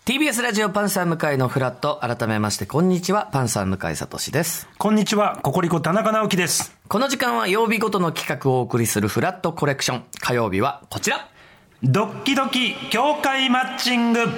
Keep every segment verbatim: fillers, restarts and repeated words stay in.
ティービーエス ラジオパンサー向井のフラット、改めましてこんにちは、パンサー向井聡です。 こんにちは、ココリコ田中直樹です。 この時間は曜日ごとの企画をお送りするフラットコレクション。火曜日はこちら、 ドッキドキ協会マッチング。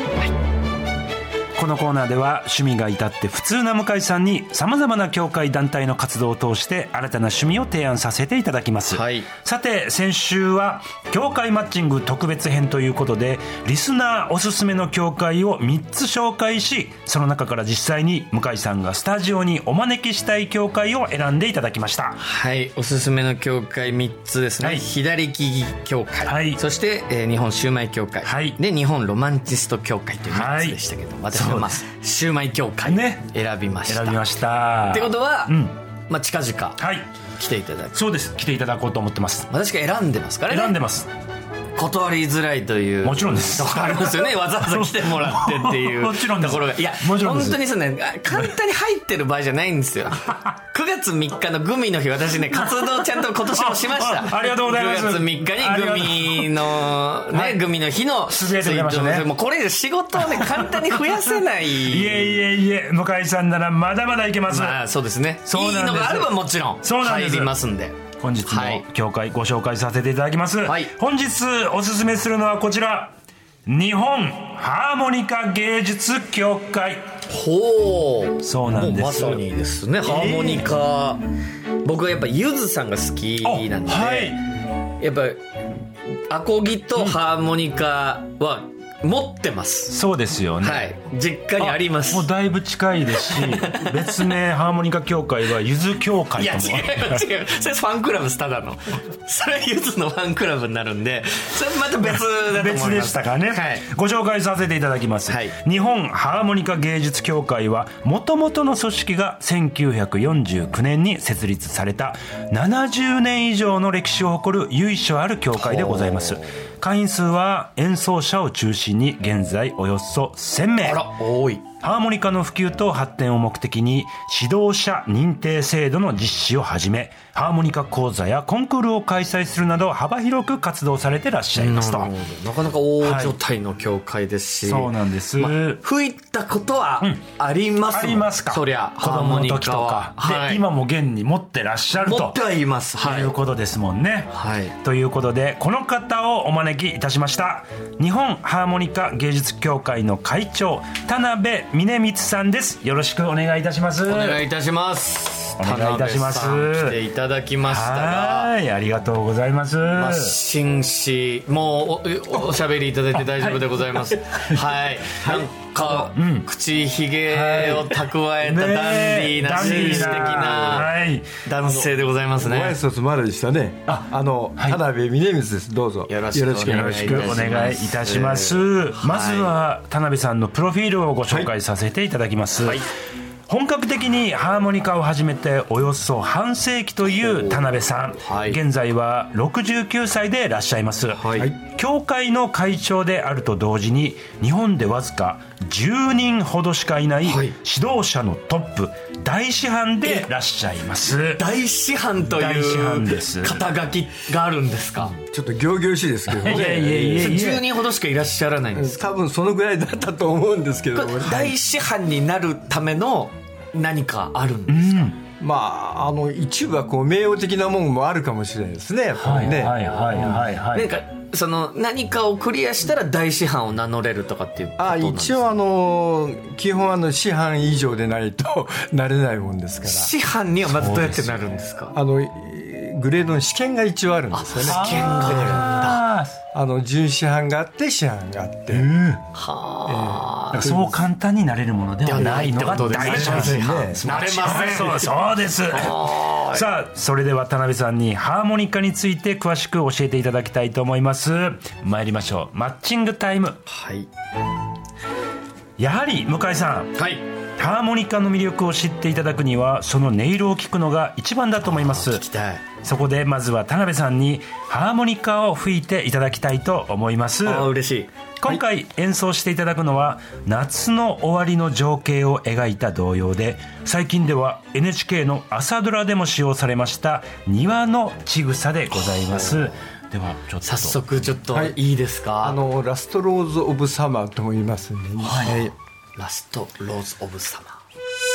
このコーナーでは趣味が至って普通な向井さんにさまざまな協会団体の活動を通して新たな趣味を提案させていただきます、はい、さて先週は協会マッチング特別編ということで、リスナーおすすめの協会をみっつ紹介し、その中から実際に向井さんがスタジオにお招きしたい協会を選んでいただきました。 はい、おすすめの協会みっつですね、はい、左利き協会、はい、そして、えー、日本シューマイ協会、はい、で日本ロマンチスト協会というみっつでしたけど、はい、私はまあシューマイ協会選びました、 ね、選びましたってことは、うん、まあ、近々、 はい、 来ていただく。 そうです、来ていただこうと思ってます。 私が選んでますからね。 選んでます。 断りづらいという、 もちろんですところありますよね。わざわざ来てもらってっていうもちろんですところが、いや本当にそうね、簡単に入ってる場合じゃないんですよ。くがつみっかのグミの日、私ね活動ちゃんと今年もしました。 あ, ありがとうございます。 くがつみっかにグミのね、はい、グミの日のつぶやいてくれましたね。 もうこれ仕事をね簡単に増やせないいえいえいえ、向井さんならまだまだいけます。 まあそうですね、 そうなんです。 いいのがあればもちろん入りますんで、 本日の協会ご紹介させていただきます、はい、本日おすすめするのはこちら、日本ハーモニカ芸術協会。 ほう、 そうなんです。 まさにですね、ハーモニカ、僕はやっぱゆずさんが好きなんで、はい、やっぱアコギとハーモニカは持ってます。 そうですよね、 はい、実家にあります。 もうだいぶ近いですし別名ハーモニカ協会はゆず協会とも。 いや違う違う、それファンクラブです、ただのそれはゆずのファンクラブになるんで、それまた別だと思います。 別でしたかね、はい、ご紹介させていただきます、はい、日本ハーモニカ芸術協会はもともとの組織がせんきゅうひゃくよんじゅうきゅうねんに設立されたななじゅうねん以上の歴史を誇る由緒ある協会でございます。会員数は演奏者を中心に現在およそせんめい。 あら、多い。 ハーモニカの普及と発展を目的に指導者認定制度の実施をはじめ、ハーモニカ講座やコンクールを開催するなど幅広く活動されてらっしゃいますと。 なるほど、なかなか大所帯の協会ですし、 はい、そうなんです、ま、 吹いたことはあります、うん、 ありますか。 そりゃ子供の時とか、はい、で今も現に持ってらっしゃると持ってはいます、 はい、ということですもんね、 はい、 ということでこの方をお招きいたしました。日本ハーモニカ芸術協会の会長、田辺峰光さんです。よろしくお願いいたします。 お願いいたします。 お願いいたします。 来ていただきましたが、 はい、ありがとうございます。 まあ、紳士、もう お, おしゃべりいただいて大丈夫でございます。はい、はい、なんか、うん、口ひげを蓄えたダンディーな紳士的な男性でございますね。 ご挨拶まででしたね。あ、あの、はい、田辺峰光です。どうぞよろしくお願いいたします。 まず、まずは田辺さんのプロフィールをご紹介させていただきます。はい、本格的にハーモニカを始めておよそ半世紀という田辺さん、はい、現在はろくじゅうきゅうさいでいらっしゃいます、はい、協会の会長であると同時に日本でわずかじゅうにんほどしかいない指導者のトップ、大師範でいらっしゃいます。 大師範という肩書きがあるんですか。 ちょっと仰々しいですけどね。いやいやいやいや、じゅうにんほどしかいらっしゃらないんです。 多分そのぐらいだったと思うんですけど、 大師範になるための何かあるんですか。うん、 まあ、あの一部はこう名誉的なものもあるかもしれないですね、やっぱりね。 はいはいはいはい。 なんかその何かをクリアしたら大師範を名乗れるとかっていうことなんですか。あ、 一応あの基本あの師範以上でないとなれないもんですから。 師範にはまずどうやってなるんですか。 あのグレードの試験が一応あるんですよね。 試験があるんだ。 あの準師範があって師範があって、 はあ、えー、そう簡単になれるものではないのが大師範ですね。 なれません。 そうそうです。さあ、それでは田辺さんにハーモニカについて詳しく教えていただきたいと思います。参りましょう。マッチングタイム。 はい。 やはり向井さん、 はい、 ハーモニカの魅力を知っていただくにはその音色を聞くのが一番だと思います。 聞きたい。 そこでまずは田辺さんにハーモニカを吹いていただきたいと思います。 あ、嬉しい。 今回演奏していただくのは夏の終わりの情景を描いた童謡で、最近では エヌエイチケー の朝ドラでも使用されました庭のちぐさでございます。 ではちょっと早速ちょっといいですか、 はい、あのラストローズ・オブ・サマーとも言いますんで、ね、 はいはい、ラストローズ・オブ・サマー。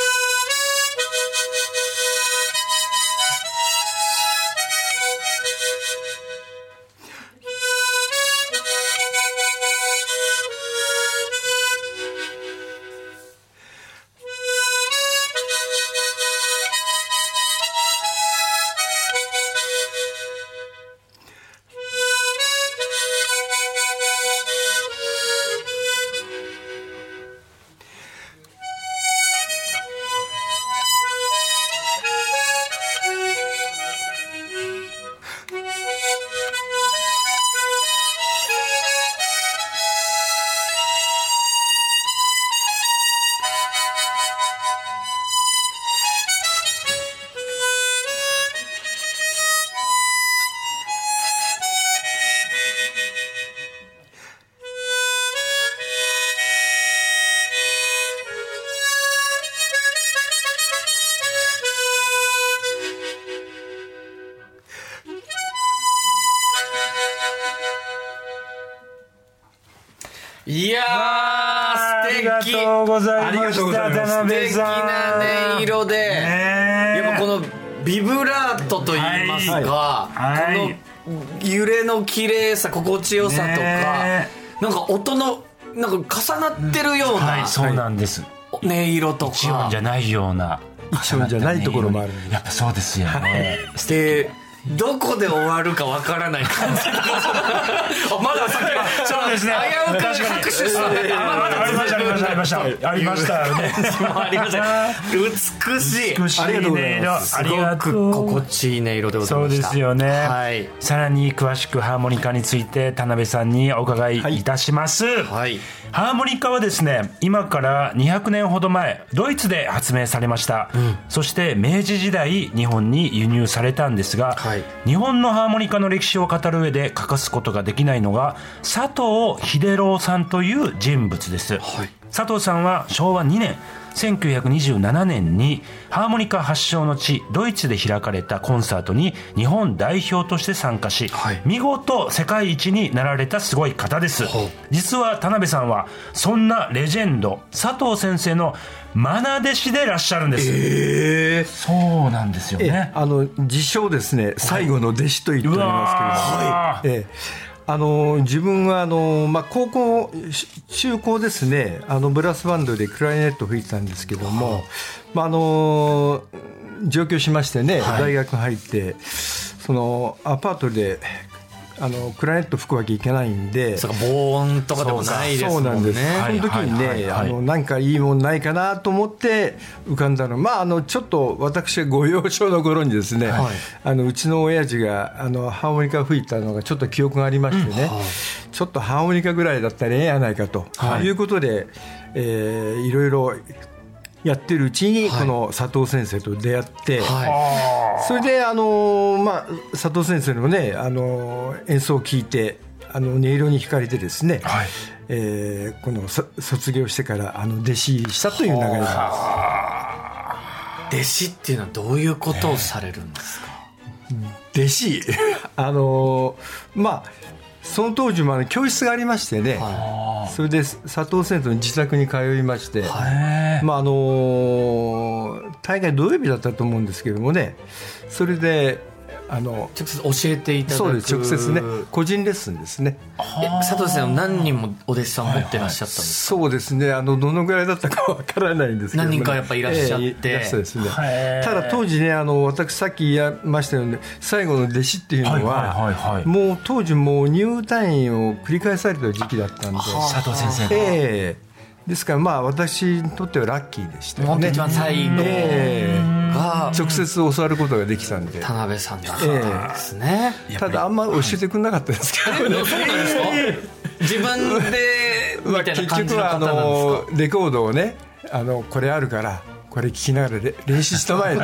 いやー、素敵。 ありがとうございました。 ありがとうございます。 素敵な音色で、ね、やっぱこのビブラートといいますか、はい、この揺れの綺麗さ、心地よさとか、ね、なんか音のなんか重なってるような、 はい、そうなんです。 音色とか一音じゃないような、 一音じゃないところもある。 やっぱそうですよね。 でどこで終わるかわからない感じ。まだ先はそうですね。危うく拍手した。 まだありましたありましたありましたありましたよね。 ありました。美しい。 美しい音色。 すごく心地いい音色でございました。 そうですよね。 はい。 さらに詳しくハーモニカについて田辺さんにお伺いいたします。 はい。 ハーモニカはですね、今からにひゃくねんほど前、ドイツで発明されました。うん、そして明治時代日本に輸入されたんですが、はい、日本のハーモニカの歴史を語る上で欠かすことができないのが佐藤秀郎さんという人物です。はい、佐藤さんはしょうわにねんせんきゅうひゃくにじゅうななねんにハーモニカ発祥の地ドイツで開かれたコンサートに日本代表として参加し、はい、見事世界一になられたすごい方です。はい、実は田辺さんはそんなレジェンド佐藤先生の愛弟子でいらっしゃるんです。 えー、 そうなんですよね。 あの自称ですね、最後の弟子と言っておりますけれども、はい、えーあの自分はあの、まあ、高校中高ですね、あのブラスバンドでクラリネットを吹いてたんですけども、はい、まあ、あの上京しましてね、はい、大学入ってそのアパートであのクラリネット吹くわけいけないんで、 そうか、防音とかでもないですもんね。そうなんです。 その時にね、あのなんかいいもんないかなと思って浮かんだの、まあ、あのちょっと私がご幼少の頃にですね、はい、あのうちの親父があのハーモニカ吹いたのがちょっと記憶がありましてね、うん、はい、ちょっとハーモニカぐらいだったらええやないかと、はい、いうことで、えー、いろいろやってるうちにこの佐藤先生と出会って、はい、それであの、まあ、佐藤先生のね、あの演奏を聴いてあの音色に惹かれてですね、はい、えー、この卒業してからあの弟子入りしたという流れなんです。 弟子っていうのはどういうことをされるんですか？ 弟子あのまあその当時もあの教室がありましてね、はい、それで佐藤先生の自宅に通いまして、はい、まああの大概土曜日だったと思うんですけどもね、それであの直接教えていただく。 そうです、直接ね、個人レッスンですね。 え佐藤先生は何人もお弟子さん持ってらっしゃったんですか？ はいはい、そうですね、あのどのぐらいだったかわからないんですけど、ね、 何人かやっぱいらっしゃって、えー、いらっしゃですね。 ただ当時ね、あの私さっき言いましたように最後の弟子っていうのは、はいはいはいはい、もう当時もう入退院を繰り返された時期だったんで、 佐藤先生、 えー、ですからまあ私にとってはラッキーでしたよね。 一番最後、えーが直接教わることができたんで、 田辺さんだったんですね。 えー、ただあんま教えてくれなかったですけどね。 そうなんですか？自分でみたいな感じの方なんですか？結局はあのレコードをね、あのこれあるからこれ聞きながら練習したまえと。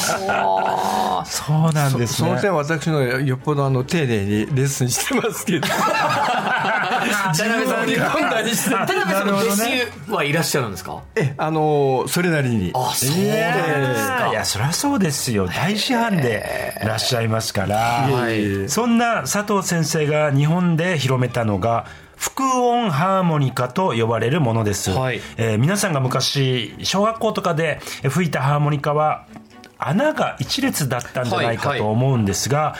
そうなんですね。 そ, その点私のよっぽどあの丁寧にレッスンしてますけど。 田辺さんに込んだりして田辺さんの弟子はいらっしゃるんですか？ えあのそれなりに。 あ、そうですか。 いやそりゃそうですよ、大師範でいらっしゃいますから、はい、そんな佐藤先生が日本で広めたのが複音ハーモニカと呼ばれるものです、はい、えー、皆さんが昔小学校とかで吹いたハーモニカは穴が一列だったんじゃないかと思うんですが、はいはい、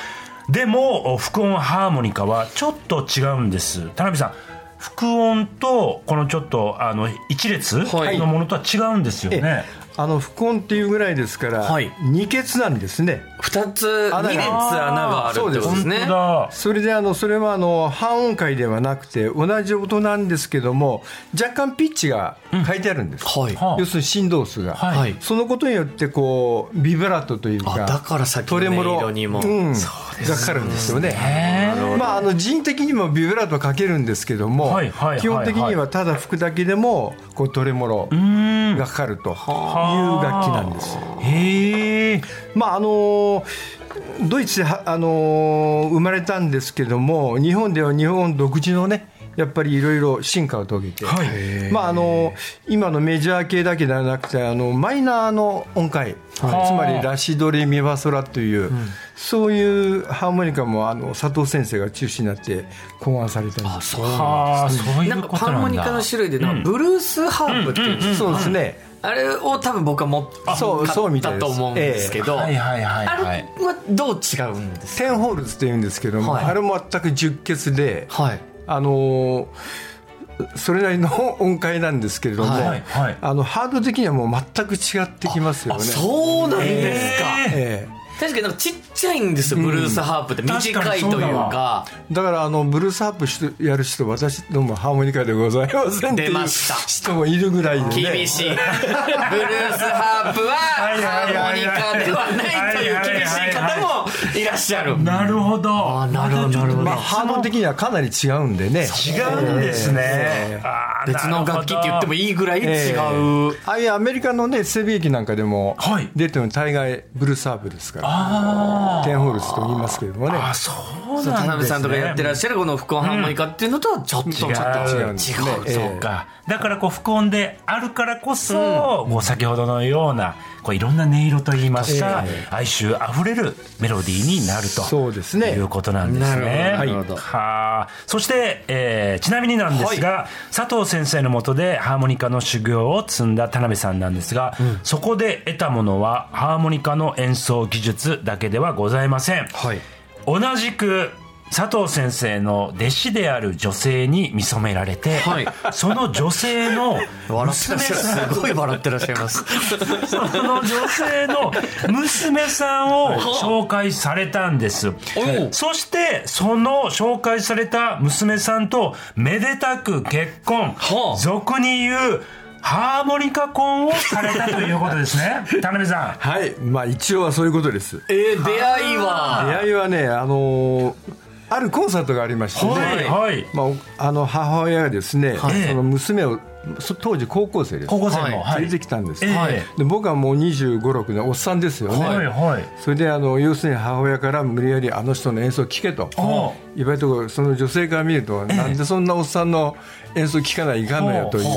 でも複音ハーモニカはちょっと違うんです。田辺さん、複音とこのちょっとあの一列のものとは違うんですよね、はい、 あの複音っていうぐらいですから、はい、二欠なんですね。 二つ二列穴があるってことですね。 それであのそれはあの半音階ではなくて同じ音なんですけども若干ピッチが書いてあるんです、うん、はい、要するに振動数が、はい、そのことによってこうビブラートというか、 あ、だからさっきの音色にも、 うん、がかかるんですよね。まあ、あの人的にもビブラートかけるんですけども、はいはいはいはい、基本的にはただ吹くだけでもこうトレモロがかかるという楽器なんです。へー、まああのドイツであの生まれたんですけども日本では日本独自のねやっぱりいろいろ進化を遂げて、はい、まあ、あの今のメジャー系だけではなくてあのマイナーの音階、はい、つまりラシドレミファソラという、うん、そういうハーモニカもあの佐藤先生が中心になって考案されたんです。 あ、そうなんかハーモニカの種類でなんかブルースハープっていうんですか、 そうですね、 あれを多分僕は持ったと思うんですけど、あれはどう違うんですか？ テンホールズというんですけども、はい、あれも全く十欠で、はい、あのそれなりの音階なんですけれども、はいはい、あのハード的にはもう全く違ってきますよね。 そうなんですか、えーえー確かになんかちっちゃいんですよ、ブルースハープって短いというか、 うん、だからあのブルースハープやる人私どもハーモニカでございませんっていう人もいるぐらいで、ね、 厳しいブルースハープはハーモニカではないという厳しい方もいらっしゃる。 なるほど、 あ、なるほど、 まあ、ハード的にはかなり違うんでね。 違うんですね、えー、 あ、別の楽器って言ってもいいぐらい違う、えー、 ああいうアメリカのね西部劇なんかでも出てるの大概ブルースハープですから、あ、テンホールズと言いますけれどもね。 あ、そうなんですね。 田辺さんとかやってらっしゃるこの複音ハーモニカっていうのとはちょっと、うん、ちょっと違うんですね。 違う、そうか、だからこう複音であるからこそ、うん、もう先ほどのようなこういろんな音色といいますか、えー、哀愁あふれるメロディーになると、そうですね、いうことなんですね。なるほど、はあ、そして、えー、ちなみになんですが、はい、佐藤先生の下でハーモニカの修行を積んだ田辺さんなんですが、うん、そこで得たものはハーモニカの演奏技術だけではございません、はい、同じく佐藤先生の弟子である女性に見初められて、はい、その女性の娘さん、 すごい笑ってらっしゃいますその女性の娘さんを紹介されたんです。そしてその紹介された娘さんとめでたく結婚、俗に言うハーモニカ婚をされたということですね田辺さん。 はい、まあ一応はそういうことです。 えー、出会いは出会いはね、あのーあるコンサートがありましてね、はいはい、まあ、あの母親がですね、はい、その娘を当時高校生です、 高校生の、 はい、連れてきたんです、はい、で僕はもうにじゅうご、ろくのおっさんですよね、はいはい、それであの要するに母親から無理やりあの人の演奏を聴けと言われたところ、その女性から見ると、えー、なんでそんなおっさんの演奏聴かないかんのやという、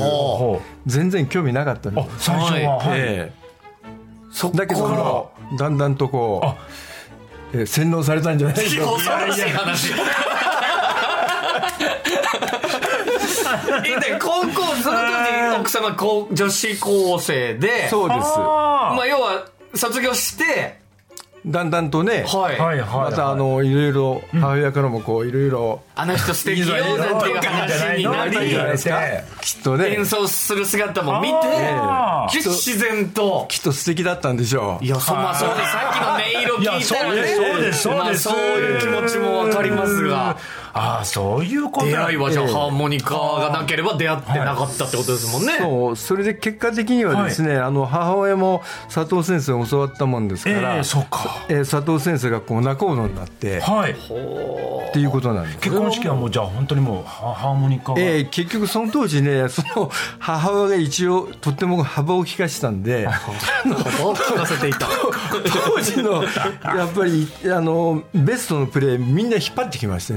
全然興味なかったんです。 最初は、はい、 えー、だけどだんだんとこうえー、洗脳されたんじゃないですか。 恐ろしい話高校その当時奥様女子高生で、 そうです、 まあ、要は卒業してだんだんとね、はいはいはい、またあのいろいろ母親からもこういろいろあの人素敵よなんていう話になり、 きっとね演奏する姿も見て自然ときっと素敵だったんでしょう。 いや、そ、まあ、そうでさっきの音色聞いたらね、そうですそうです、そういう気持ちも分かりますが、 ああ、そういうこと。 出会いはじゃあ、えー、ハーモニカがなければ出会ってなかったってことですもんね。 そう、それで結果的にはですね、はい、あの母親も佐藤先生を教わったもんですから、 えー、そうか、 えー、佐藤先生がこう仲人になって、はい、っていうことなんです。 結婚式はもうじゃあ本当にもうハーモニカが、 えー、結局その当時ね、その母親が一応とっても幅を利かしたんで幅を利かせていた当時のやっぱりあのベストのプレーみんな引っ張ってきましてね、は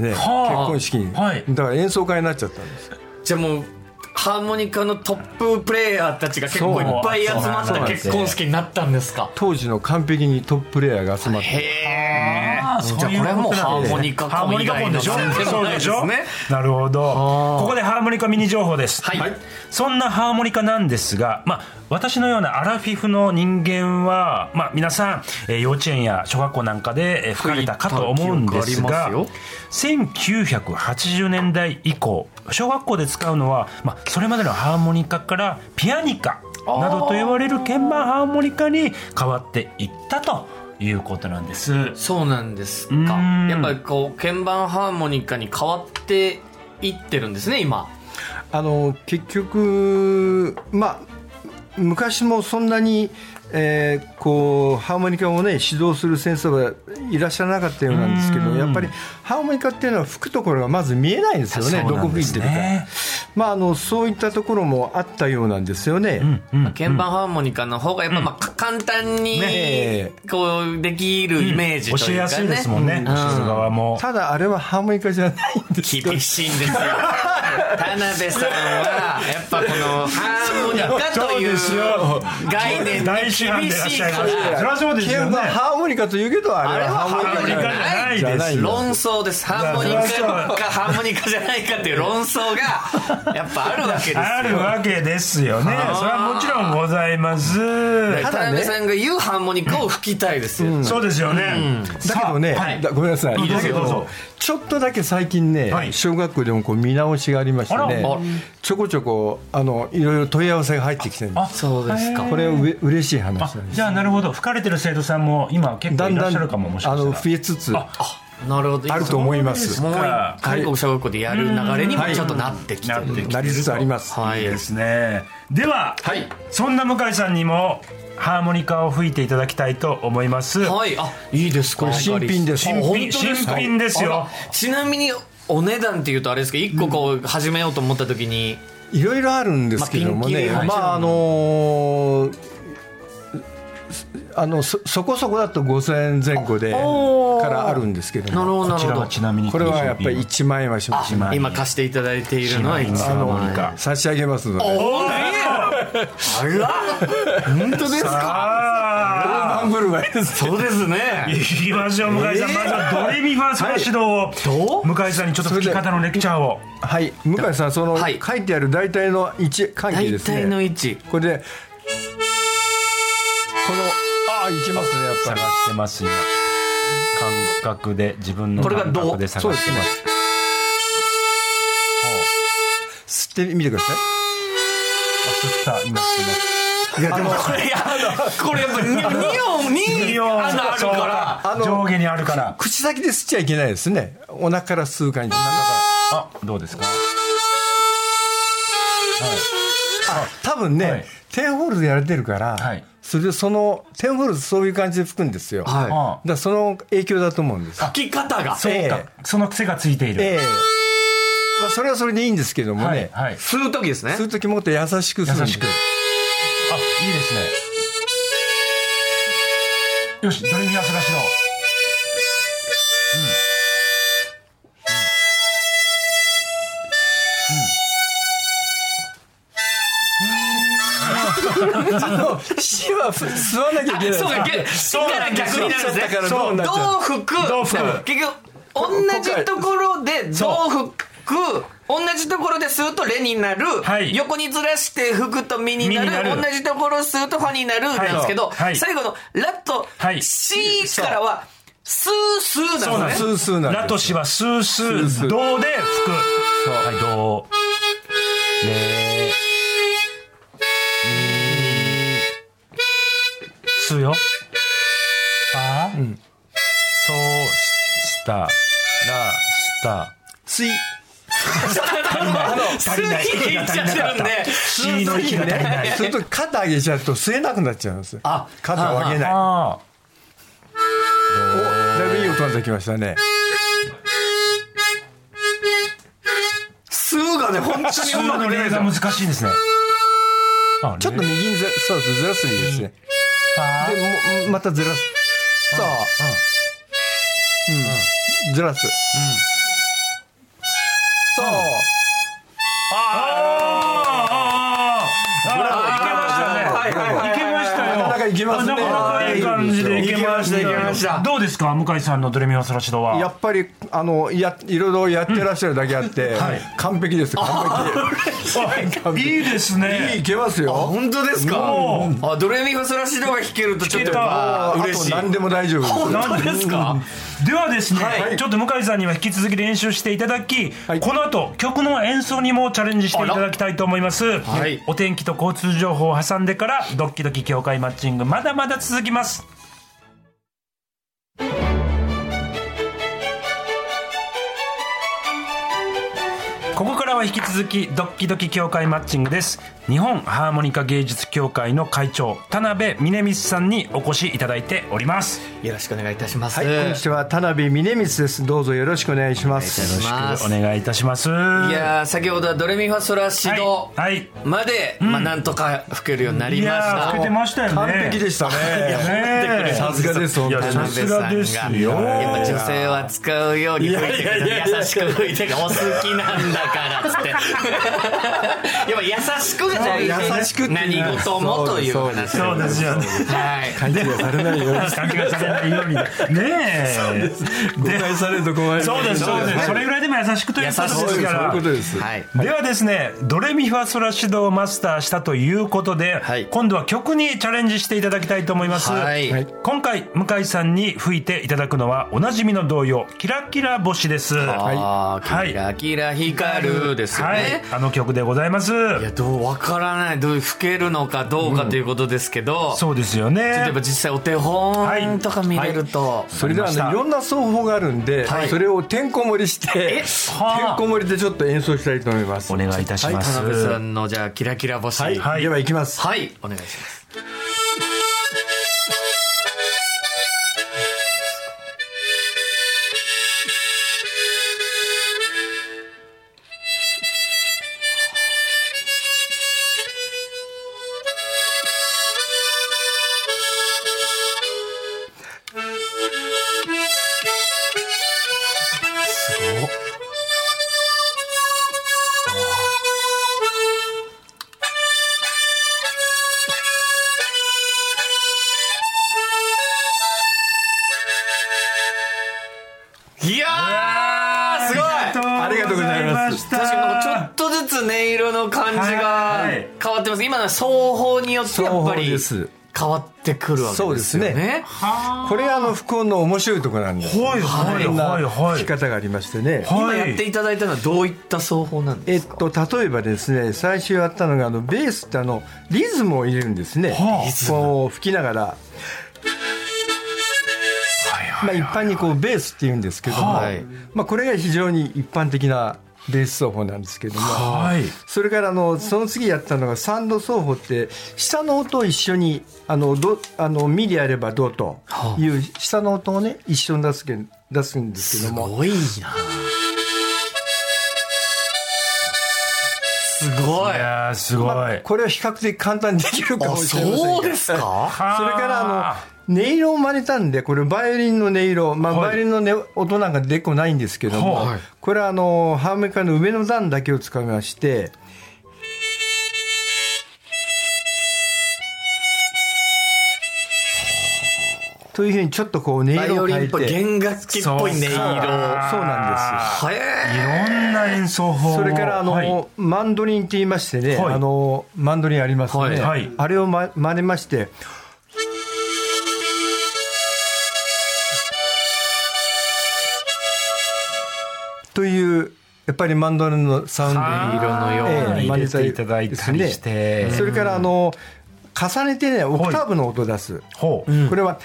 婚式に、はい、だから演奏会になっちゃったんです。 じゃあもうハーモニカのトッププレイヤーたちが結構いっぱい集まった結婚式になったんですか。 当時の完璧にトッププレイヤーが集まって、 へえ。じゃあこれはもうハーモニカコン以外のそうでしょ。なるほど。ここでハーモニカミニ情報です。はい。そんなハーモニカなんですが、まあ私のようなアラフィフの人間は、まあ、皆さん、えー、幼稚園や小学校なんかで、えー、吹かれたかと思うんですが、せんきゅうひゃくはちじゅうねんだい以降小学校で使うのは、まあ、それまでのハーモニカからピアニカなどと言われる鍵盤ハーモニカに変わっていったということなんです。 そうなんですか。やっぱりこう鍵盤ハーモニカに変わっていってるんですね今。 あの結局まあ昔もそんなに、えー、こうハーモニカを、ね、指導する先生はいらっしゃらなかったようなんですけど、やっぱりハーモニカっていうのは吹くところがまず見えないんですよね。どこ吹いてるか、まあ、あのそういったところもあったようなんですよね、 うんうん、鍵盤ハーモニカの方がやっぱ、まあ、簡単にこうできるイメージというか、ね、 教えやすいですもんね、うん、教える側も。 ただあれはハーモニカじゃないんですよ。厳しいんですよ田辺さんはやっぱこのハーモニカという概念に厳しいから。 それはそうですよね。 ハーモニカというけどあれはハーモニカじゃないじゃないです。論争です。ハーモニカかハーモニカじゃないかっていう論争がやっぱあるわけですよ。 あるわけですよね。それはもちろんございます。 田辺さんが言うハーモニカを吹きたいですよ、 うん、そうですよね、うん、 だけどね、はい、ごめんなさい。いいですよ、どうぞ。ちょっとだけ最近ね、はい、小学校でもこう見直しがありましてね、ちょこちょこあのいろいろ問い合わせが入ってきてるんです。 あ、そうですか。 これはうれ嬉しい話なんです。 じゃあなるほど、吹かれてる生徒さんも今結構いらっしゃるかも。もしかしたらあの増えつつあなるほど、 あると思います。 もう一回小学校でやる流れにもちょっとなってきてる、 なりつつあります。 はい、いいですね。では、はい、そんな向井さんにもハーモニカを吹いていただきたいと思います。 はい、あ、いいですか。 新品です。 新品、新品ですよ。 ちなみにお値段っていうとあれですけど、いっここう始めようと思った時にいろいろあるんですけどもね、まあ、まあ、あのーあの そ, そこそこだとごせんえんぜん後でからあるんですけども、 こちらはちなみにこれはやっぱりいちまんえんはします。 今貸していただいているのはいちまんえん差し上げますので。 おー、あら本当ですか。 大盤振る舞いです。 そうですね。 いきましょう、向井さん、えー、まずはドレミファソラシドを、はい、向井さんにちょっと吹き方のレクチャーを。 はい、向井さん、その、はい、書いてある大体の位置関係ですね。 大体の位置、 これでこのあいきますね。やっぱり探してます今。感覚で、自分の感覚で探してます。 吸ってみてください。 あ、吸った、今吸ってます。 いやでもこれ、いやこれやっぱに音に穴あるから、 上下にあるから、 口先で吸っちゃいけないですね。お腹から吸う感じ。 あ、どうですか。はい、 あ、多分ね、はい、テンホールでやられてるから、はい、それでそのテンホールズそういう感じで吹くんですよ、はい、だからその影響だと思うんです。 吹き方が、 そうか、えー、その癖がついている、 えーまあ、それはそれでいいんですけどもね、はいはい、吸う時ですね。 吸う時もっと優しく吸うんです。優しく、 あ、いいですね。よし、ドレミファソラシド。 シは吸わなきゃいけない。 そうか、そうから逆になるんですね。そう、どう吹く、結局同じところでどう吹く、同じところで吸うとレになる、はい、横にずらして吹くとミになる、なる同じところを吸うとファになるなんですけど、はい、最後のラとシからはスースーなんですね。 スースーなんです。 ラとシはスースー、ドで吹く。そう、はい、ドレ吸うよ。あ、うん、ソースタラスタスイ足りない足りない息が足りなかった。C の息が足りない。 それと肩上げちゃうと吸えなくなっちゃうんです。あ、肩を上げない。お、だいぶいい音ができましたね。 吸うがね、本当にうまく例が難しいですね。 ちょっと右にずらそうずらすんですね。でもまたずらす。さあ、うん、ずらす。 そう、うん、 ああいけましたね、はいはいはい、いけましたよ、 なかなかいけますね、 なかなかいい感じでいけました、いけました。どうですか向井さんのドレミファソラシドは。 やっぱりあのやいろいろやってらっしゃるだけあって、うんはい、完璧です、完璧いいですね、 いい、いけますよ。 本当ですか。あドレミファソラシドが弾けるとちょっと嬉しい。 あと何でも大丈夫です。 本当ですか。 ではですね、 はい、 ちょっと向井さんには引き続き練習していただき、はい、この後曲の演奏にもチャレンジしていただきたいと思います、はい、お天気と交通情報を挟んでからドッキドキ協会マッチングまだまだ続きます。ここからは引き続きドッキドキ協会マッチングです。日本ハーモニカ芸術協会の会長田辺峰光さんにお越しいただいております。 よろしくお願いいたします。 はい、こんにちは、田辺峰光です。どうぞよろしくお願いします。 よろしくお願いいたします。いや先ほどはドレミファソラシドまで、はいはい、まあ、なんとか吹けるようになりました。 いや吹けてましたよね。 完璧でしたね。 さすがです。いやさすがですよ。 やっぱ女性は使うように吹いてくれて、優しく吹いてお好きなんだからっつってやっぱ優しくが大事、優しく何事もという話。 そうですよね。 はい。勘違いされないように。 勘違いされないように。ねえ。 そうです。誤解されると怖い。 そうですそうです。それぐらいでも優しくということですから。 そういうことです。 はい。ではですね、ドレミファソラシドをマスターしたということで、今度は曲にチャレンジしていただきたいと思います。はい。今回向井さんに吹いていただくのはおなじみの童謡キラキラ星です。 はい。キラキラ光るですよね。はい。 あの曲でございます。いやどうわからない、どう吹けるのかどうかということですけど、 うん、そうですよね。 ちょっとやっぱ実際お手本とか見れると、はいはい、 それでは、ね、いろんな奏法があるんで、はい、それをてんこ盛りしててんこ盛りでちょっと演奏したいと思います。 お願いいたします。 田辺さんのじゃあキラキラ星、 はいはい、では行きます。 はい、お願いします。いやーすごい、 ありがとうございます。 確かにちょっとずつ音色の感じが変わってます。今の奏法によってやっぱり変わってくるわけですよね。そうですね。 これがあの副音の面白いところなんです。 はいはいはいはい。 弾き方がありましてね。 今やっていただいたのはどういった奏法なんですか。 えっと例えばですね、最初やったのがあのベースってあのリズムを入れるんですね。こう吹きながら。まあ、一般にこうベースって言うんですけども、はい、まあ、これが非常に一般的なベース奏法なんですけども、はい、それからあのその次やったのがサンド奏法って、下の音を一緒にあのドあのミであればドという下の音をね一緒に出すけ出すんですけども、 すごいな、すごい、いやすごい、まあ、 これは比較的簡単にできるかもしれませんが、 そうですか。 それからあの音色を真似たんで、これバイオリンの音色、まあ、バイオリンの、ね、音なんかでこないんですけども、はい、これはあのハーモニカの上の段だけを使いまして、というふうにちょっとこう音色を変えて、 バイオリンっぽい弦楽器っぽい音色、そうなんですよ。いろんな演奏法。 それからあの、はい、マンドリンって言いましてね、はい、あのマンドリンありますね、はい、あれを、ま、真似ましてというやっぱりマンドリンのサウンドに色のように入れていただいたりして、 ね、それからあの重ねてねオクターブの音を出す、これは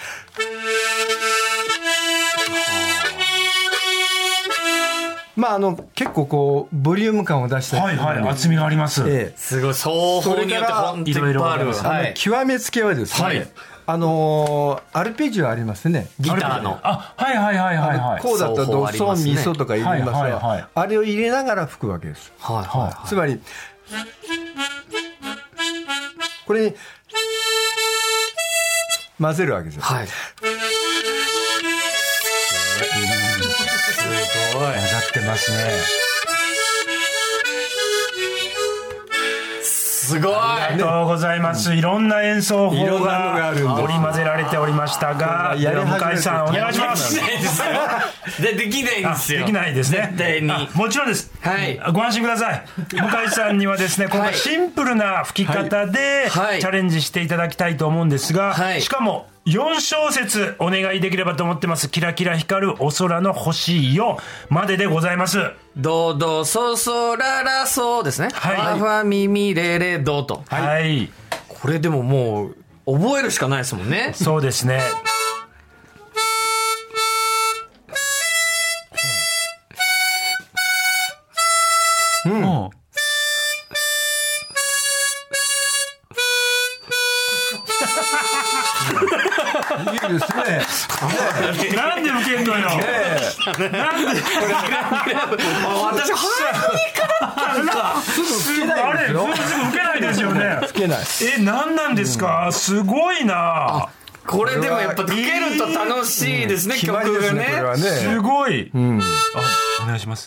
まああの結構こうボリューム感を出したり、 はいはい、厚みがあります、ええ、すごい奏法によって本当にいっぱいある。 はい、極めつけはですね、はい、あのー、アルペジオありますね、 ギターの、 あ、はいはいはいはい、はい、 こうだったらドソンミソとか入れますが、はいはいはい、あれを入れながら吹くわけです、はいはいはい、つまりこれに混ぜるわけですよ、はい、すごい混ざってますね。 すごい。 ありがとうございます。いろんな演奏法が織り交ぜられておりましたが、では向井さんお願いします。 でできないんですよ。 できないですね。 絶対に。 もちろんです。はい。ご安心ください。向井さんにはですね、今回シンプルな吹き方でチャレンジしていただきたいと思うんですが、しかもよん小節お願いできればと思ってます。キラキラ光るお空の星よまででございます。 ドドソソララソですね。 はい。 ファファミミレレドと。 はい。 これでももう覚えるしかないですもんね。 そうですね。うん。うんいいですね。 なんで受けんのよ。なんで。 私ハーモニカだったんだ。 すぐ吹けないですよ。 あれ、すぐ受けないですよね。 吹けない。 え、なんなんですか。すごいな。 これでもやっぱ吹けると楽しいですね。曲がね。 すごい。うん。あ、お願いします。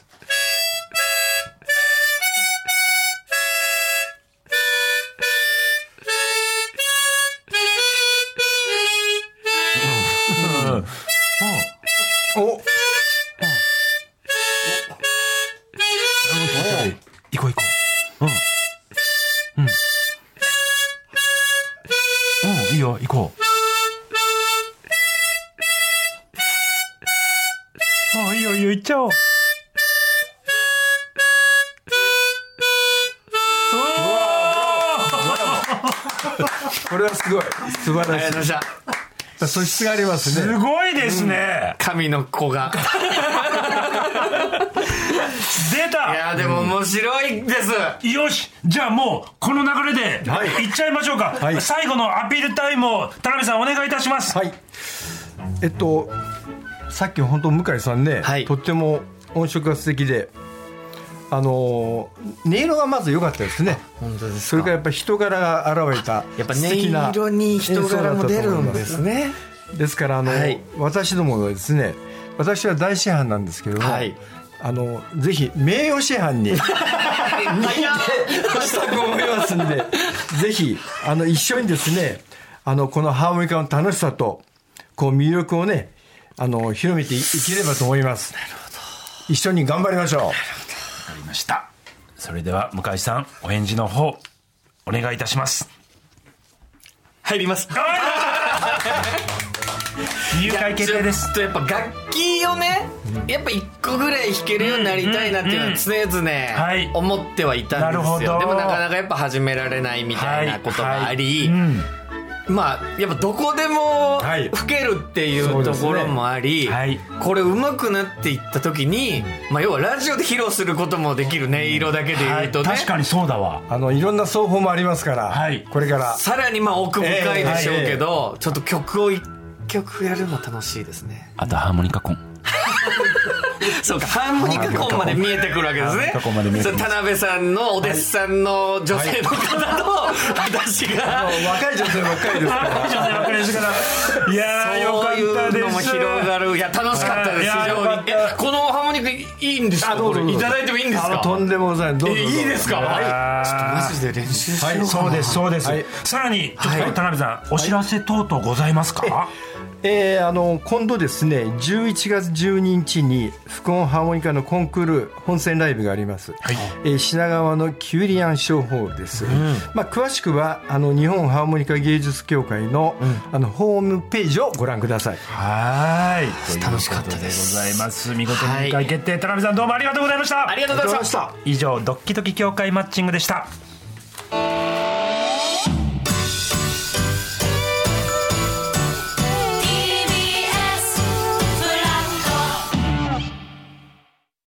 おお行こう行こう。うんうんうん、いいよ行こう。あ、いいよいいよ行っちゃおう。 これはすごい素晴らしい。 ありがとうございました。 素質がありますね。 すごいですね。 神の子が出た。 いやでも面白いです、 うん、よし、じゃあもうこの流れでいっちゃいましょうか、はい、最後のアピールタイムを田辺さんお願いいたします。 はい。えっとさっき本当向井さんね、はい、とっても音色が素敵で、あの音色がまず良かったですね。 本当ですか。 それからやっぱり人柄が現れたやっぱ音色に人柄も出るんですね。 ですからあの、はい、私どものですね、私は大師範なんですけれども、はい、あのぜひ名誉師範に認定したと思いますんでぜひあの一緒にですね、あのこのハーモニカの楽しさとこう魅力をね、あの広めていければと思います。なるほど。一緒に頑張りましょう。なるほど、 わかりました。それでは向井さんお返事の方お願いいたします。 入ります。 入会決定です。 ちょっとやっぱ楽器をね、やっぱいっこぐらい弾けるようになりたいなっていうのは常々思ってはいたんですよ。でもなかなかやっぱ始められないみたいなことがあり、はいはい、うん、まあやっぱどこでも吹けるっていうところもあり、はい、これ上手くなっていった時に、まあ、要はラジオで披露することもできる音色だけでいうとね、 はい、確かにそうだわ。 あのいろんな奏法もありますから、はい、これからさらにまあ奥深いでしょうけど、えーはい、ちょっと曲を一曲やるの楽しいですね。 あとハーモニカコンそうか、ハーモニカコンまで見えてくるわけですね。それ田辺さんのお弟子さんの女性の方と私が若い女性ばっかりですから若い女性ばっかりですからいやーよかったです。そういうのも広がる。いや楽しかったです非常に。このハーモニカいいんですか。これいただいてもいいんですか。 とんでもございません。どうぞどうぞ。 いいですか。はい、ちょっとマジで練習しようかな。 そうですそうです、はい、さらにちょっと田辺さん、はい、お知らせ等々ございますか。はい、 えー、あの今度ですねじゅういちがつじゅうににちに副音ハーモニカのコンクール本選ライブがあります、はい、えー、品川のキュウリアンショーホールです、うん、まあ、詳しくはあの日本ハーモニカ芸術協会 の,、うん、あのホームページをご覧ください。 はい、 楽しかったです。 ということでございます。見事に入会決定、はい、田辺さんどうもありがとうございました。 ありがとうございました。 以上ドッキドキ協会マッチングでした。